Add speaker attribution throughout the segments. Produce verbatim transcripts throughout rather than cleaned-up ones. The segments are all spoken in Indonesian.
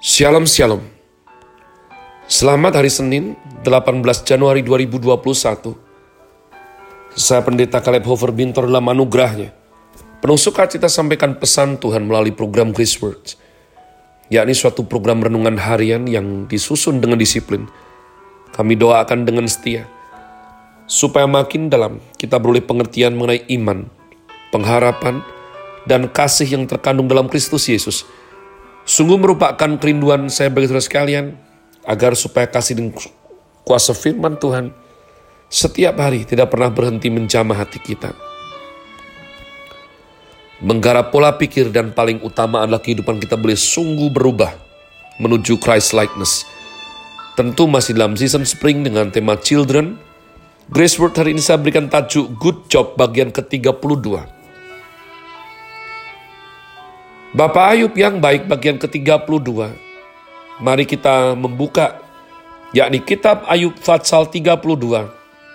Speaker 1: Shalom Shalom. Selamat hari Senin, delapan belas Januari dua ribu dua puluh satu. Saya Pendeta Caleb Hofer Bintor dalam anugerahnya penuh sukacita sampaikan pesan Tuhan melalui program Grace Words, yakni suatu program renungan harian yang disusun dengan disiplin. Kami doakan dengan setia, supaya makin dalam kita beroleh pengertian mengenai iman, pengharapan, dan kasih yang terkandung dalam Kristus Yesus. Sungguh merupakan kerinduan saya bagi saudara sekalian, agar supaya kasih dan kuasa firman Tuhan setiap hari tidak pernah berhenti menjamah hati kita. Menggarap pola pikir dan paling utama adalah kehidupan kita boleh sungguh berubah menuju Christ likeness. Tentu masih dalam season spring dengan tema Children. Grace Word hari ini saya berikan tajuk Good Job bagian ke tiga puluh dua. Bapak Ayub yang baik bagian ke tiga puluh dua. Mari kita membuka, yakni kitab Ayub Fatsal tiga puluh dua.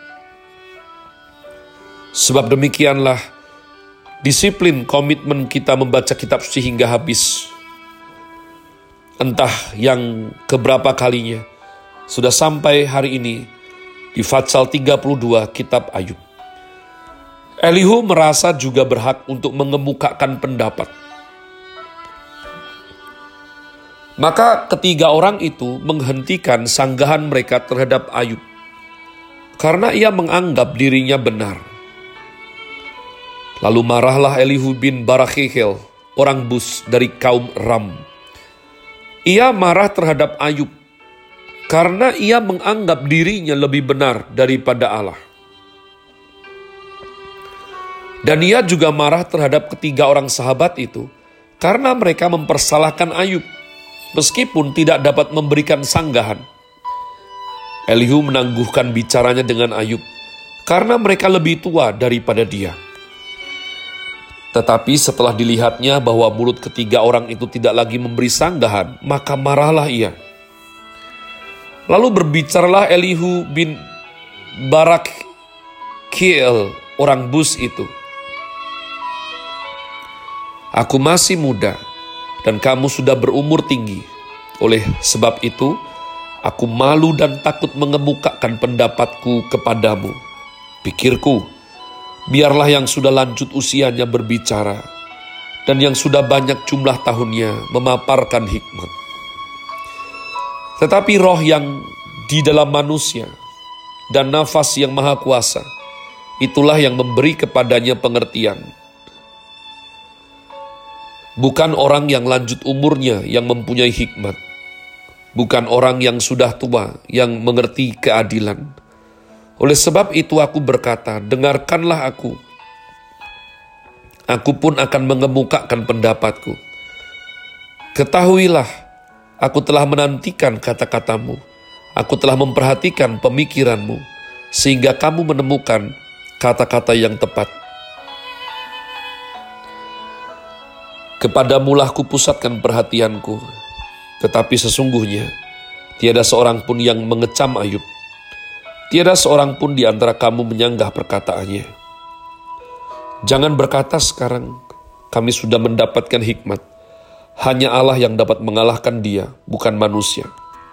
Speaker 1: Sebab demikianlah disiplin komitmen kita membaca kitab suci hingga habis. Entah yang keberapa kalinya sudah sampai hari ini di Fatsal tiga puluh dua kitab Ayub. Elihu merasa juga berhak untuk mengemukakan pendapat. Maka ketiga orang itu menghentikan sanggahan mereka terhadap Ayub, karena ia menganggap dirinya benar. Lalu marahlah Elihu bin Barakhiel, orang Bus dari kaum Ram. Ia marah terhadap Ayub, karena ia menganggap dirinya lebih benar daripada Allah. Dan ia juga marah terhadap ketiga orang sahabat itu, karena mereka mempersalahkan Ayub, meskipun tidak dapat memberikan sanggahan. Elihu menangguhkan bicaranya dengan Ayub, karena mereka lebih tua daripada dia. Tetapi setelah dilihatnya bahwa mulut ketiga orang itu tidak lagi memberi sanggahan, maka marahlah ia. Lalu berbicaralah Elihu bin Barakhiel, orang Bus itu. Aku masih muda, dan kamu sudah berumur tinggi. Oleh sebab itu, aku malu dan takut mengemukakan pendapatku kepadamu. Pikirku, biarlah yang sudah lanjut usianya berbicara, dan yang sudah banyak jumlah tahunnya memaparkan hikmat. Tetapi roh yang di dalam manusia dan nafas yang maha kuasa, itulah yang memberi kepadanya pengertian. Bukan orang yang lanjut umurnya yang mempunyai hikmat. Bukan orang yang sudah tua yang mengerti keadilan. Oleh sebab itu aku berkata, dengarkanlah aku. Aku pun akan mengemukakan pendapatku. Ketahuilah, aku telah menantikan kata-katamu. Aku telah memperhatikan pemikiranmu, sehingga kamu menemukan kata-kata yang tepat. Kepadamulah kupusatkan perhatianku, tetapi sesungguhnya tiada seorang pun yang mengecam Ayub. Tiada seorang pun di antara kamu menyanggah perkataannya. Jangan berkata sekarang, kami sudah mendapatkan hikmat. Hanya Allah yang dapat mengalahkan dia, bukan manusia.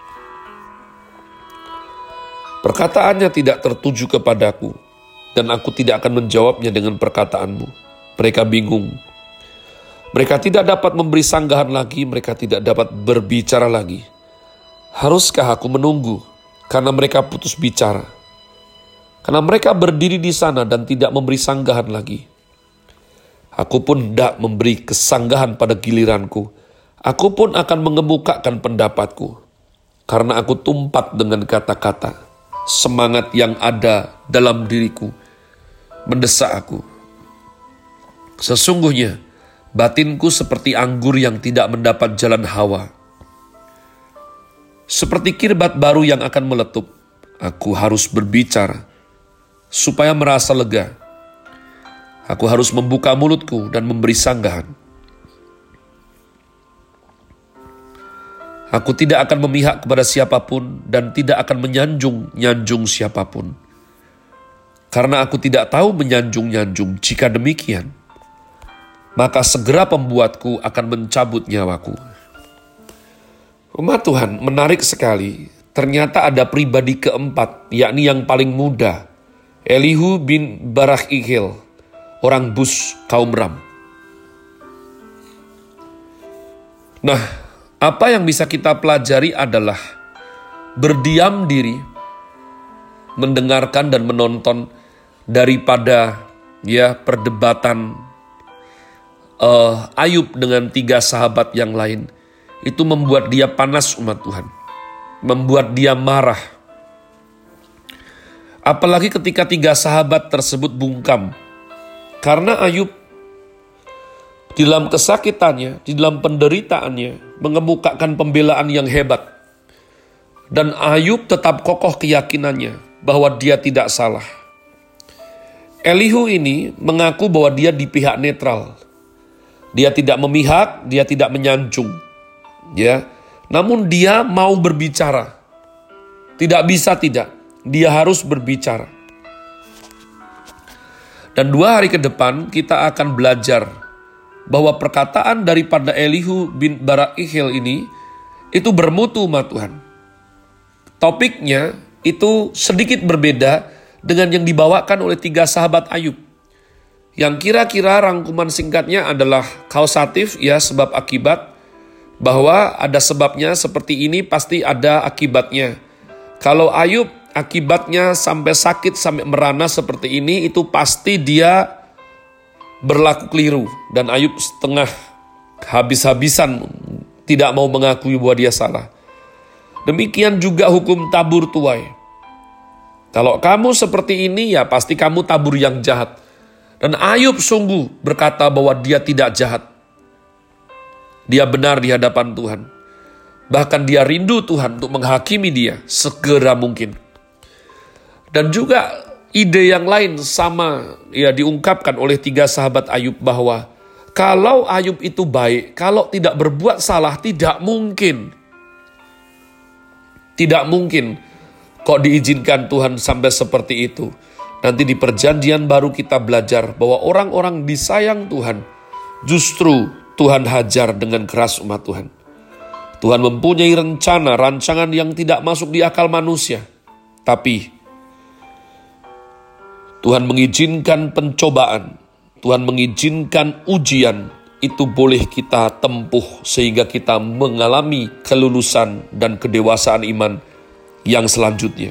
Speaker 1: Perkataannya tidak tertuju kepadaku, dan aku tidak akan menjawabnya dengan perkataanmu. Mereka bingung. Mereka tidak dapat memberi sanggahan lagi, mereka tidak dapat berbicara lagi. Haruskah aku menunggu, karena mereka putus bicara? Karena mereka berdiri di sana dan tidak memberi sanggahan lagi. Aku pun tidak memberi kesanggahan pada giliranku. Aku pun akan mengemukakan pendapatku, karena aku tumpat dengan kata-kata. Semangat yang ada dalam diriku mendesak aku. Sesungguhnya, batinku seperti anggur yang tidak mendapat jalan hawa. Seperti kirbat baru yang akan meletup, aku harus berbicara, supaya merasa lega. Aku harus membuka mulutku dan memberi sanggahan. Aku tidak akan memihak kepada siapapun dan tidak akan menyanjung-nyanjung siapapun. Karena aku tidak tahu menyanjung-nyanjung. Jika demikian, maka segera pembuatku akan mencabut nyawaku. Umat Tuhan, menarik sekali. Ternyata ada pribadi keempat, yakni yang paling muda, Elihu bin Barakhil, orang Bus kaum Ram. Nah, apa yang bisa kita pelajari adalah berdiam diri, mendengarkan dan menonton daripada ya perdebatan uh, Ayub dengan tiga sahabat yang lain. Itu membuat dia panas, umat Tuhan. Membuat dia marah. Apalagi ketika tiga sahabat tersebut bungkam. Karena Ayub di dalam kesakitannya, di dalam penderitaannya, mengemukakan pembelaan yang hebat. Dan Ayub tetap kokoh keyakinannya bahwa dia tidak salah. Elihu ini mengaku bahwa dia di pihak netral. Dia tidak memihak, dia tidak menyanjung. Ya, namun dia mau berbicara. Tidak bisa tidak, dia harus berbicara. Dan dua hari ke depan kita akan belajar bahwa perkataan daripada Elihu bin Barakhil ini itu bermutu, umat Tuhan. Topiknya itu sedikit berbeda dengan yang dibawakan oleh tiga sahabat Ayub. Yang kira-kira rangkuman singkatnya adalah kausatif, ya, sebab akibat. Bahwa ada sebabnya seperti ini pasti ada akibatnya. Kalau Ayub akibatnya sampai sakit, sampai merana seperti ini, itu pasti dia berlaku keliru. Dan Ayub setengah habis-habisan tidak mau mengakui bahwa dia salah. Demikian juga hukum tabur tuai. Kalau kamu seperti ini, ya pasti kamu tabur yang jahat. Dan Ayub sungguh berkata bahwa dia tidak jahat. Dia benar di hadapan Tuhan. Bahkan dia rindu Tuhan untuk menghakimi dia segera mungkin. Dan juga ide yang lain sama ya diungkapkan oleh tiga sahabat Ayub bahwa kalau Ayub itu baik, kalau tidak berbuat salah, tidak mungkin. Tidak mungkin kok diizinkan Tuhan sampai seperti itu. Nanti di perjanjian baru kita belajar bahwa orang-orang disayang Tuhan justru Tuhan hajar dengan keras, umat Tuhan. Tuhan mempunyai rencana, rancangan yang tidak masuk di akal manusia. Tapi Tuhan mengizinkan pencobaan, Tuhan mengizinkan ujian, itu boleh kita tempuh sehingga kita mengalami kelulusan dan kedewasaan iman yang selanjutnya.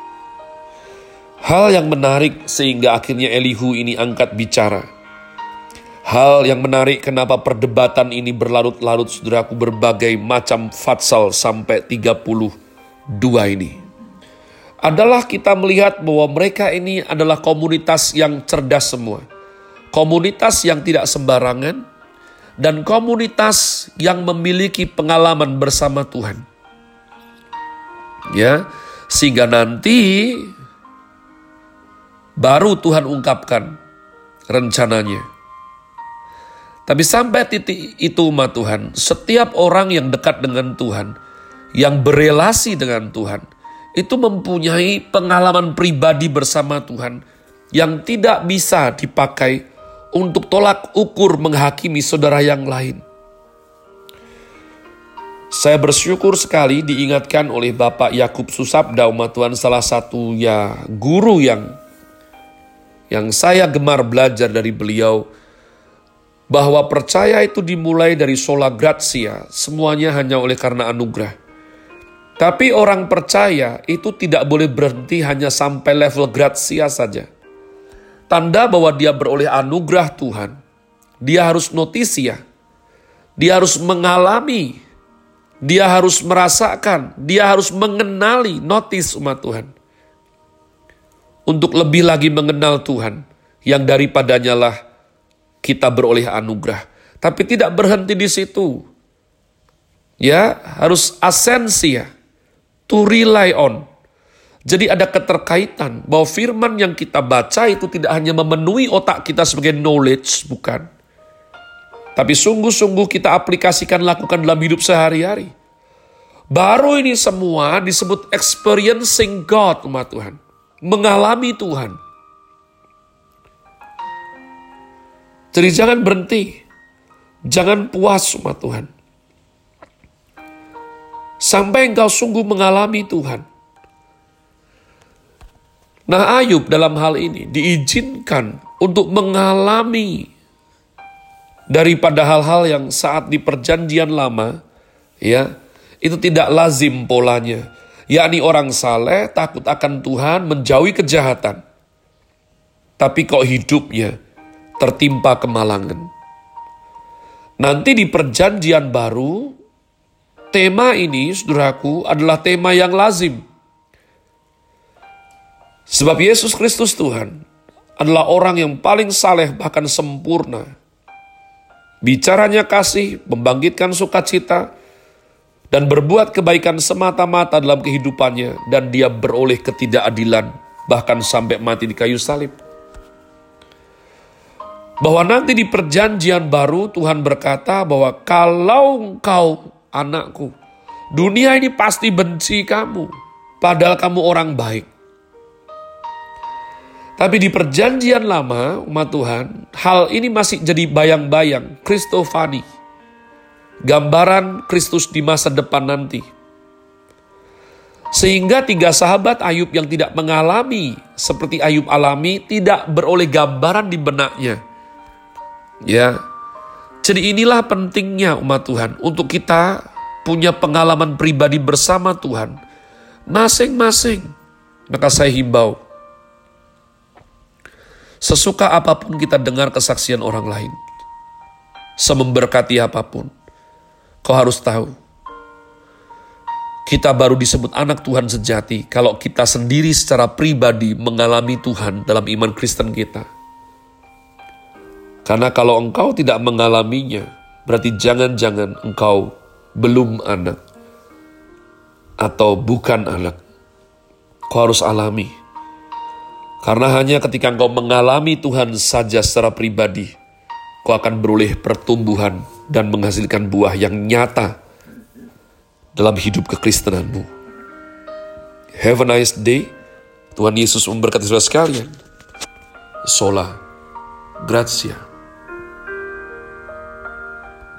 Speaker 1: Hal yang menarik sehingga akhirnya Elihu ini angkat bicara. Hal yang menarik kenapa perdebatan ini berlarut-larut, saudaraku, berbagai macam fatsal sampai tiga puluh dua ini. Adalah kita melihat bahwa mereka ini adalah komunitas yang cerdas semua. Komunitas yang tidak sembarangan. Dan komunitas yang memiliki pengalaman bersama Tuhan. Ya, sehingga nanti baru Tuhan ungkapkan rencananya. Tapi sampai titik itu, umat Tuhan, setiap orang yang dekat dengan Tuhan, yang berelasi dengan Tuhan, itu mempunyai pengalaman pribadi bersama Tuhan yang tidak bisa dipakai untuk tolak ukur menghakimi saudara yang lain. Saya bersyukur sekali diingatkan oleh Bapak Yakub Susabda, umat Tuhan, salah satu ya guru yang yang saya gemar belajar dari beliau, bahwa percaya itu dimulai dari sola gratia, semuanya hanya oleh karena anugerah. Tapi orang percaya itu tidak boleh berhenti hanya sampai level gratia saja. Tanda bahwa dia beroleh anugerah Tuhan, dia harus notisia, dia harus mengalami, dia harus merasakan, dia harus mengenali, notis, umat Tuhan. Untuk lebih lagi mengenal Tuhan, yang daripadanya lah kita beroleh anugerah. Tapi tidak berhenti di situ. Ya, harus asensi ya. To rely on. Jadi ada keterkaitan bahwa firman yang kita baca itu tidak hanya memenuhi otak kita sebagai knowledge, bukan. Tapi sungguh-sungguh kita aplikasikan, lakukan dalam hidup sehari-hari. Baru ini semua disebut experiencing God, umat Tuhan. Mengalami Tuhan. Jadi jangan berhenti. Jangan puas, umat Tuhan. sampai engkau sungguh mengalami Tuhan. Nah, Ayub dalam hal ini diizinkan untuk mengalami daripada hal-hal yang saat di perjanjian lama, ya, itu tidak lazim polanya. Yakni orang saleh takut akan Tuhan, menjauhi kejahatan. Tapi kok hidupnya tertimpa kemalangan. Nanti di perjanjian baru, tema ini, saudaraku, adalah tema yang lazim. Sebab Yesus Kristus Tuhan adalah orang yang paling saleh bahkan sempurna. Bicaranya kasih, membangkitkan sukacita, dan berbuat kebaikan semata-mata dalam kehidupannya, dan dia beroleh ketidakadilan, bahkan sampai mati di kayu salib. Bahwa nanti di perjanjian baru Tuhan berkata bahwa kalau engkau anakku, dunia ini pasti benci kamu, padahal kamu orang baik. Tapi di perjanjian lama umat Tuhan, hal ini masih jadi bayang-bayang, Kristofani. Gambaran Kristus di masa depan nanti. Sehingga tiga sahabat Ayub yang tidak mengalami seperti Ayub alami tidak beroleh gambaran di benaknya. Ya, jadi inilah pentingnya umat Tuhan untuk kita punya pengalaman pribadi bersama Tuhan masing-masing. Maka saya himbau, sesuka apapun kita dengar kesaksian orang lain, sememberkati apapun, kau harus tahu, kita baru disebut anak Tuhan sejati kalau kita sendiri secara pribadi mengalami Tuhan dalam iman Kristen kita. Karena kalau engkau tidak mengalaminya, berarti jangan-jangan engkau belum anak atau bukan anak. Kau harus alami. Karena hanya ketika engkau mengalami Tuhan saja secara pribadi, kau akan beroleh pertumbuhan dan menghasilkan buah yang nyata dalam hidup kekristenanmu. Have a nice day. Tuhan Yesus memberkati saudara sekalian. Sola Gratia.